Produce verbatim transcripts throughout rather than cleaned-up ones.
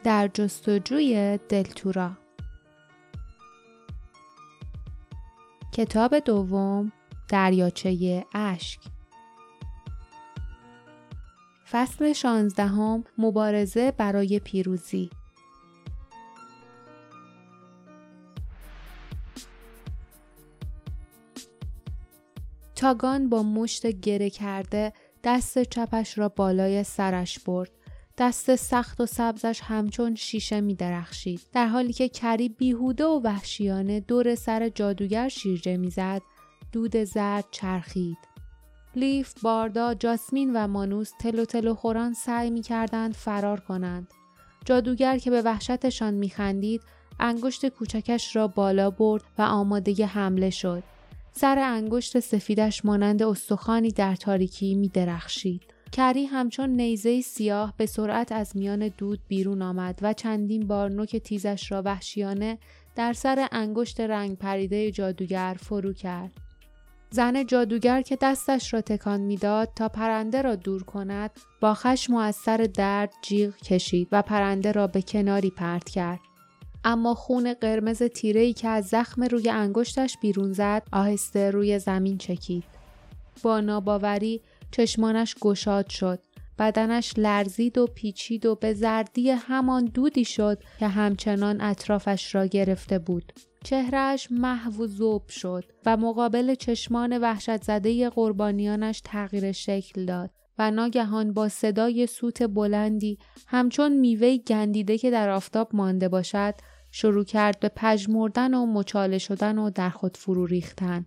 در جستجوی دلتورا. کتاب دوم، دریاچه اشک. فصل شانزدهم، مبارزه برای پیروزی. تاگان با مشت گره کرده دست چپش را بالای سرش برد. دست سخت و سبزش همچون شیشه می درخشید. در حالی که کری بیهوده و وحشیانه دور سر جادوگر شیرجه می زد، دود زرد چرخید. لیف، باردا، جاسمین و مانوس تلو تلو خوران سعی می کردند فرار کنند. جادوگر که به وحشتشان می خندید، انگشت کوچکش را بالا برد و آماده حمله شد. سر انگشت سفیدش مانند استخوانی در تاریکی می درخشید. کری همچون نیزه سیاه به سرعت از میان دود بیرون آمد و چندین بار نوک تیزش را وحشیانه در سر انگشت رنگ پریده جادوگر فرو کرد. زن جادوگر که دستش را تکان میداد تا پرنده را دور کند، با خشم و از سر درد جیغ کشید و پرنده را به کناری پرت کرد. اما خون قرمز تیره‌ای که از زخم روی انگشتش بیرون زد، آهسته روی زمین چکید. با ناباوری چشمانش گشاد شد. بدنش لرزید و پیچید و به زردی همان دودی شد که همچنان اطرافش را گرفته بود. چهرهش محو و ذوب شد و مقابل چشمان وحشت زده قربانیانش تغییر شکل داد و ناگهان با صدای سوت بلندی همچون میوه گندیده که در آفتاب مانده باشد شروع کرد به پژمردن و مچاله شدن و در خود فرو ریختن.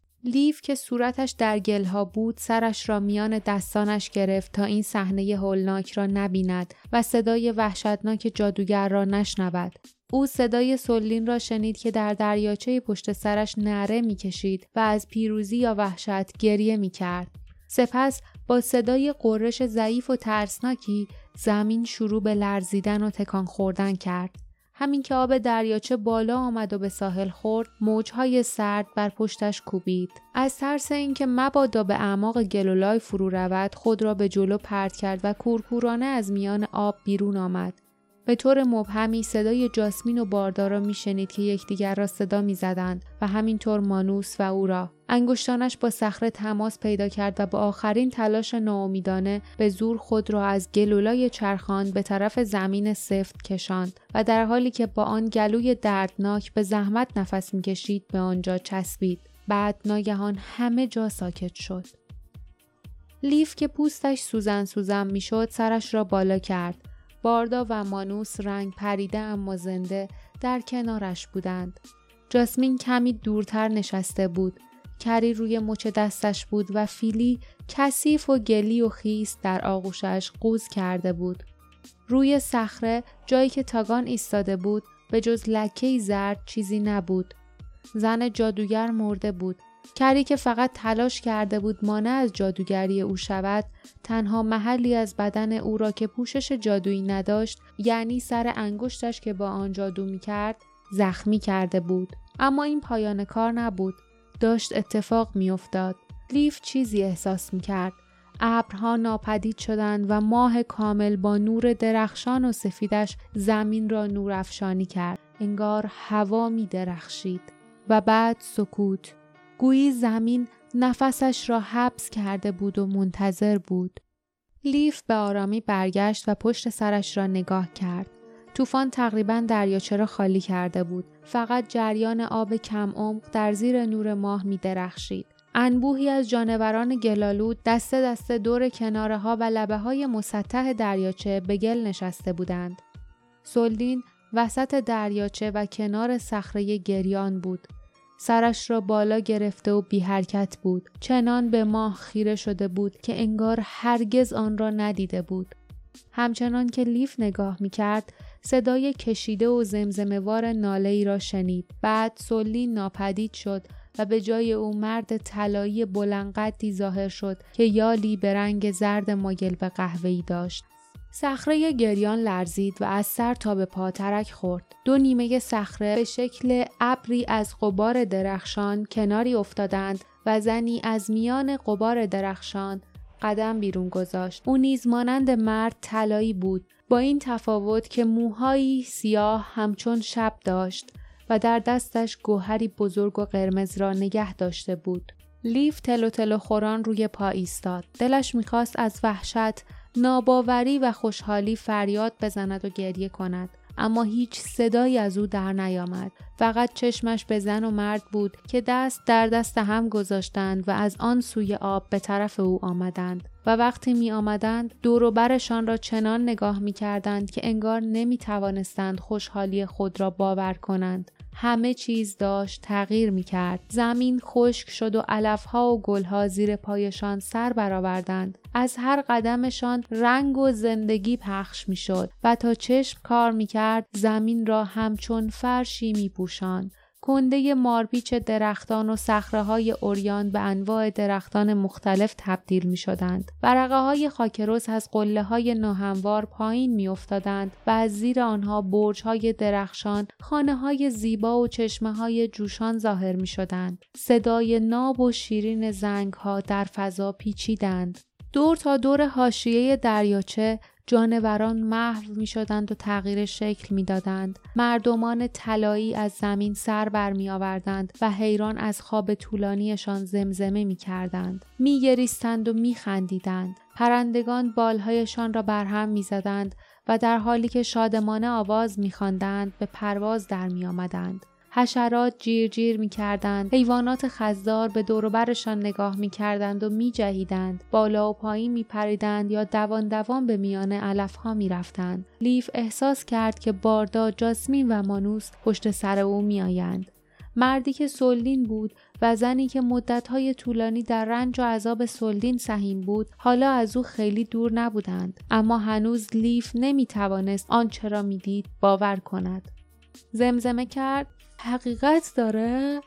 لیف که صورتش در گلها بود سرش را میان دستانش گرفت تا این صحنه هولناک را نبیند و صدای وحشتناک جادوگر را نشنود. او صدای سولین را شنید که در دریاچه پشت سرش نعره می‌کشید و از پیروزی یا وحشت گریه می‌کرد. سپس با صدای غرش ضعیف و ترسناکی زمین شروع به لرزیدن و تکان خوردن کرد. همین که آب دریاچه بالا آمد و به ساحل خورد، موجهای سرد بر پشتش کوبید. از ترس اینکه مبادا به اعماق گلولای فرو رود، خود را به جلو پرت کرد و کورکورانه از میان آب بیرون آمد. به طور مبهمی صدای جاسمین و باردا را میشنید که یکدیگر را صدا میزدند و همینطور مانوس و او را. انگشتانش با صخره تماس پیدا کرد و با آخرین تلاش ناامیدانه به زور خود را از گلولای چرخان به طرف زمین سفت کشاند و در حالی که با آن گلوی دردناک به زحمت نفس میکشید به آنجا چسبید. بعد ناگهان همه جا ساکت شد. لیف که پوستش سوزن سوزن میشد سرش را بالا کرد. باردا و مانوس رنگ پریده اما زنده در کنارش بودند. جاسمین کمی دورتر نشسته بود. کری روی مچ دستش بود و فیلی کثیف و گلی و خیس در آغوشش قوز کرده بود. روی صخره جایی که تاگان ایستاده بود به جز لکه‌ای زرد چیزی نبود. زن جادوگر مرده بود. کری که فقط تلاش کرده بود مانع از جادوگری او شود، تنها محلی از بدن او را که پوشش جادویی نداشت، یعنی سر انگشتش که با آن جادو می‌کرد، زخمی کرده بود. اما این پایان کار نبود. داشت اتفاق می‌افتاد. لیف چیزی احساس می‌کرد. ابرها ناپدید شدند و ماه کامل با نور درخشان و سفیدش زمین را نورافشانی کرد. انگار هوا می‌درخشید. و بعد سکوت. گویی زمین نفسش را حبس کرده بود و منتظر بود. لیف به آرامی برگشت و پشت سرش را نگاه کرد. طوفان تقریباً دریاچه را خالی کرده بود. فقط جریان آب کم عمق در زیر نور ماه می درخشید. انبوهی از جانوران گلالود دسته دسته دور کناره ها و لبه های مسطح دریاچه به گل نشسته بودند. سولین وسط دریاچه و کنار صخره گریان بود. سرش را بالا گرفته و بی حرکت بود. چنان به ماه خیره شده بود که انگار هرگز آن را ندیده بود. همچنان که لیف نگاه می کرد، صدای کشیده و زمزمه‌وار ناله‌ای را شنید. بعد سولین ناپدید شد و به جای او مرد طلایی بلندقدی ظاهر شد که یالی به رنگ زرد مایل به قهوه‌ای داشت. صخره گریان لرزید و از سر تا به پا ترک خورد. دو نیمه صخره به شکل ابری از غبار درخشان کناری افتادند و زنی از میان غبار درخشان قدم بیرون گذاشت. او نیز مانند مرد طلایی بود با این تفاوت که موهایی سیاه همچون شب داشت و در دستش گوهری بزرگ و قرمز را نگه داشته بود. لیف تلو تلو خوران روی پا ایستاد. دلش میخواست از وحشت، ناباوری و خوشحالی فریاد بزند و گریه کند، اما هیچ صدایی از او در نیامد. فقط چشمش به زن و مرد بود که دست در دست هم گذاشتند و از آن سوی آب به طرف او آمدند و وقتی می آمدند دور و برشان را چنان نگاه می کردند که انگار نمی توانستند خوشحالی خود را باور کنند. همه چیز داشت تغییر می کرد. زمین خشک شد و علفها و گلها زیر پایشان سر برآوردند. از هر قدمشان رنگ و زندگی پخش می شد و تا چشم کار می کرد زمین را همچون فرشی می پوشاند. کنده مارپیچ درختان و صخره‌های عریان به انواع درختان مختلف تبدیل می شدند. ورقه‌های خاکرس از قله‌های ناهموار پایین می افتادند و از زیر آنها برج‌های درخشان، خانه‌های زیبا و چشمه‌های جوشان ظاهر می شدند. صدای ناب و شیرین زنگ‌ها در فضا پیچیدند. دور تا دور حاشیه دریاچه جانوران محو می شدند و تغییر شکل می دادند. مردمان طلایی از زمین سر بر می آوردند و حیران از خواب طولانیشان زمزمه می کردند. می گریستند و می خندیدند. پرندگان بالهایشان را برهم می زدند و در حالی که شادمانه آواز می خواندند به پرواز در می آمدند. حشرات جیر جیر می کردند. حیوانات خضار به دور و برشان نگاه می کردند و می جهیدند. بالا و پایین می پریدند یا دوان دوان به میان علفها می رفتند. لیف احساس کرد که باردا، جاسمین و مانوس پشت سر او می آیند. مردی که سولدین بود و زنی که مدتهای طولانی در رنج و عذاب سولدین سهیم بود حالا از او خیلی دور نبودند، اما هنوز لیف نمی توانست آنچه را می دید باور کند. زمزمه کرد: حقیقت داره؟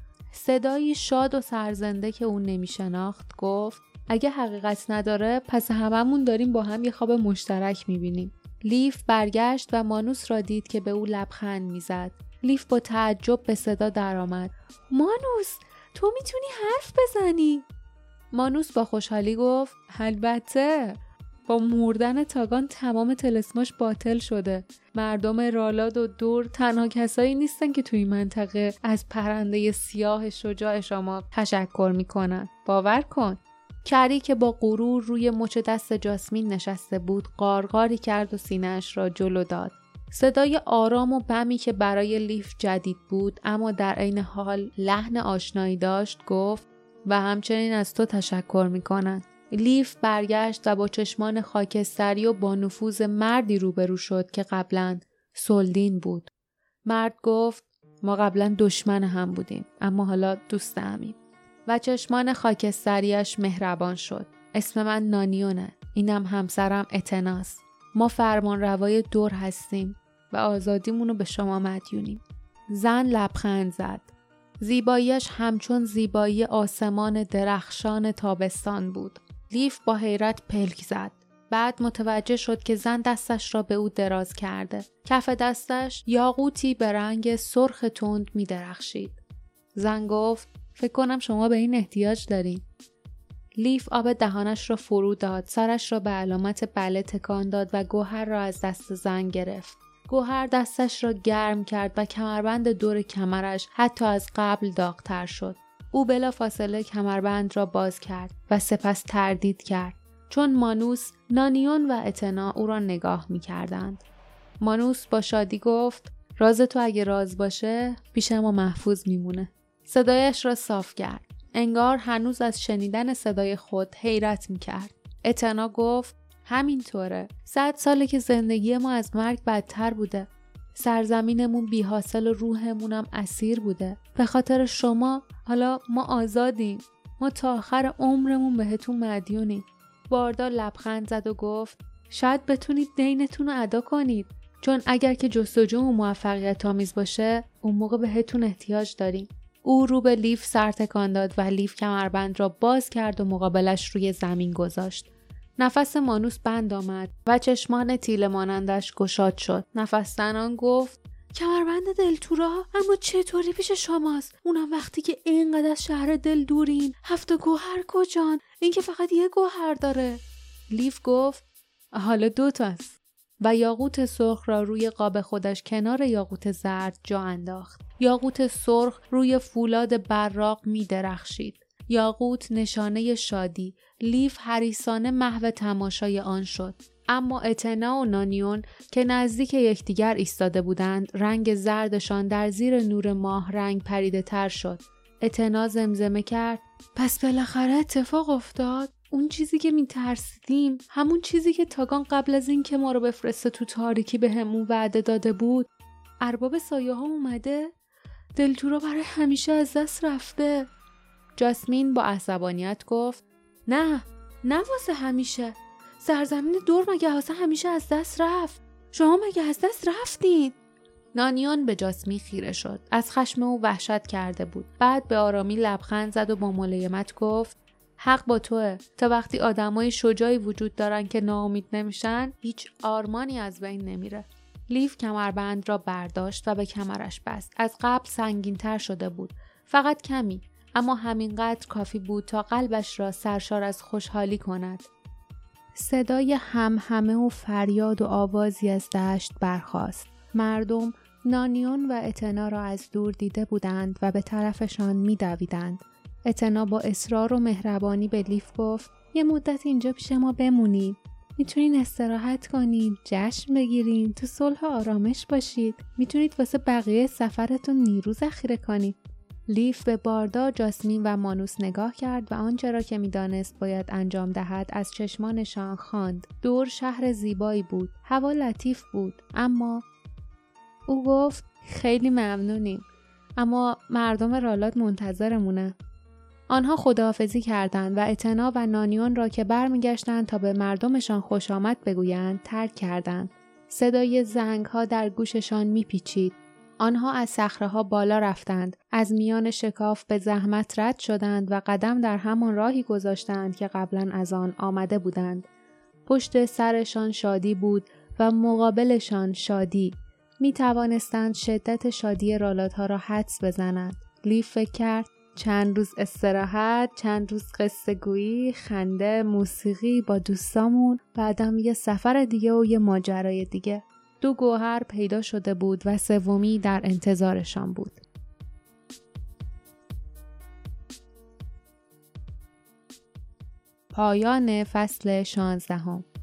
صدایی شاد و سرزنده که اون نمی شناخت گفت: اگه حقیقت نداره پس هممون داریم با هم یه خواب مشترک می بینیم. لیف برگشت و مانوس را دید که به او لبخند می زد. لیف با تعجب به صدا درآمد: مانوس، تو میتونی حرف بزنی؟ مانوس با خوشحالی گفت: البته. با مردن تاگان تمام طلسماش باطل شده. مردم رالاد و دور تنها کسایی نیستن که توی منطقه از پرنده سیاه شجاع شما تشکر میکنن. باور کن. کری که با غرور روی مچ دست جاسمین نشسته بود قارقاری کرد و سینه‌اش را جلو داد. صدای آرام و بمی که برای لیف جدید بود اما در عین حال لحن آشنایی داشت گفت: و همچنین از تو تشکر میکنن. لیف برگشت و با چشمان خاکستری و با نفوذ مردی روبرو شد که قبلاً سولدین بود. مرد گفت: ما قبلاً دشمن هم بودیم اما حالا دوست همیم. و چشمان خاکستریش مهربان شد. اسم من نانیونه. اینم همسرم اتناست. ما فرمان روای دور هستیم و آزادیمونو به شما مدیونیم. زن لبخند زد. زیباییش همچون زیبایی آسمان درخشان تابستان بود. لیف با حیرت پلک زد. بعد متوجه شد که زن دستش را به او دراز کرده. کف دستش یاقوتی به رنگ سرخ تند می درخشید. زن گفت: فکر کنم شما به این احتیاج دارین. لیف آب دهانش را فرو داد، سرش را به علامت بله تکان داد و گوهر را از دست زن گرفت. گوهر دستش را گرم کرد و کمربند دور کمرش حتی از قبل داغ‌تر شد. او بلا فاصله کمربند را باز کرد و سپس تردید کرد، چون مانوس، نانیون و اتنا او را نگاه می کردند. مانوس با شادی گفت: راز تو اگه راز باشه پیش ما محفوظ میمونه. صدایش را صاف کرد. انگار هنوز از شنیدن صدای خود حیرت می کرد. اتنا گفت: همینطوره. صد ساله که زندگی ما از مرگ بدتر بوده. سرزمینمون بی حاصل و روحمونم اسیر بوده. به خاطر شما حالا ما آزادیم. ما تا آخر عمرمون بهتون مدیونیم. باردا لبخند زد و گفت: شاید بتونید دینتون رو ادا کنید. چون اگر که جستجو موفقیت آمیز باشه اون موقع بهتون احتیاج داریم. او رو به لیف سر تکان داد و لیف کمربند را باز کرد و مقابلش روی زمین گذاشت. نفس مانوس بند آمد و چشمان تیله مانندش گشاد شد. نفس زنان گفت: کمربند دلتورا؟ اما چطوری پیش شماست؟ اونم وقتی که اینقدر از شهر دل دورین. هفت گوهر کجان؟ این که فقط یه گوهر داره. لیف گفت: حالا دو تاست. و یاقوت سرخ را روی قاب خودش کنار یاقوت زرد جا انداخت. یاقوت سرخ روی فولاد براق می درخشید. یاقوت نشانه شادی، لیف حریصانه محو تماشای آن شد. اما اتنا و نانیون که نزدیک یکدیگر ایستاده بودند، رنگ زردشان در زیر نور ماه رنگ پریده تر شد. اتنا زمزمه کرد: پس بالاخره اتفاق افتاد؟ اون چیزی که می ترسیدیم، همون چیزی که تاگان قبل از این که ما رو بفرسته تو تاریکی به همون وعده داده بود. ارباب سایه ها اومده؟ دلتورا برای همیشه از دست رفته. جاسمین با عصبانیت گفت: نه، نه واسه همیشه. سرزمین دور مگه واسه همیشه از دست رفت؟ شما مگه از دست رفتید؟ نانیون به جاسمین خیره شد. از خشم او وحشت کرده بود. بعد به آرامی لبخند زد و با ملایمت گفت: حق با توه. تا وقتی آدمای شجاعی وجود دارن که ناامید نمیشن، هیچ آرمانی از بین نمیره. لیف کمربند را برداشت و به کمرش بست. از قبل سنگین‌تر شده بود. فقط کمی، اما همینقدر کافی بود تا قلبش را سرشار از خوشحالی کند. صدای همهمه و فریاد و آوازی از دشت برخاست. مردم نانیون و اتنا را از دور دیده بودند و به طرفشان می دویدند. اتنا با اصرار و مهربانی به لیف گفت: یه مدت اینجا پیش ما بمونید. میتونین استراحت کنین، جشن بگیرین، تو صلح و آرامش باشید. میتونید واسه بقیه سفرتون نیرو ذخیره کنید. لیف به باردا، جاسمین و مانوس نگاه کرد و آنچه را که میدانست باید انجام دهد از چشمانشان خواند. دور شهر زیبایی بود، هوا لطیف بود، اما او گفت: خیلی ممنونیم، اما مردم رالات منتظرمونه. آنها خداحافظی کردند و اتنا و نانیون را که برمیگشتند تا به مردمشان خوش آمد بگویند ترک کردند. صدای زنگ‌ها در گوششان میپیچید. آنها از صخره‌ها بالا رفتند، از میان شکاف به زحمت رد شدند و قدم در همان راهی گذاشتند که قبلا از آن آمده بودند. پشت سرشان شادی بود و مقابلشان شادی. می توانستند شدت شادی رالات‌ها را حدس بزنند. لیف فکر کرد: چند روز استراحت، چند روز قصه گویی، خنده، موسیقی با دوستامون، بعدم یه سفر دیگه و یه ماجرای دیگه. دو گوهر پیدا شده بود و سومی در انتظارشان بود. پایان فصل شانزدهم.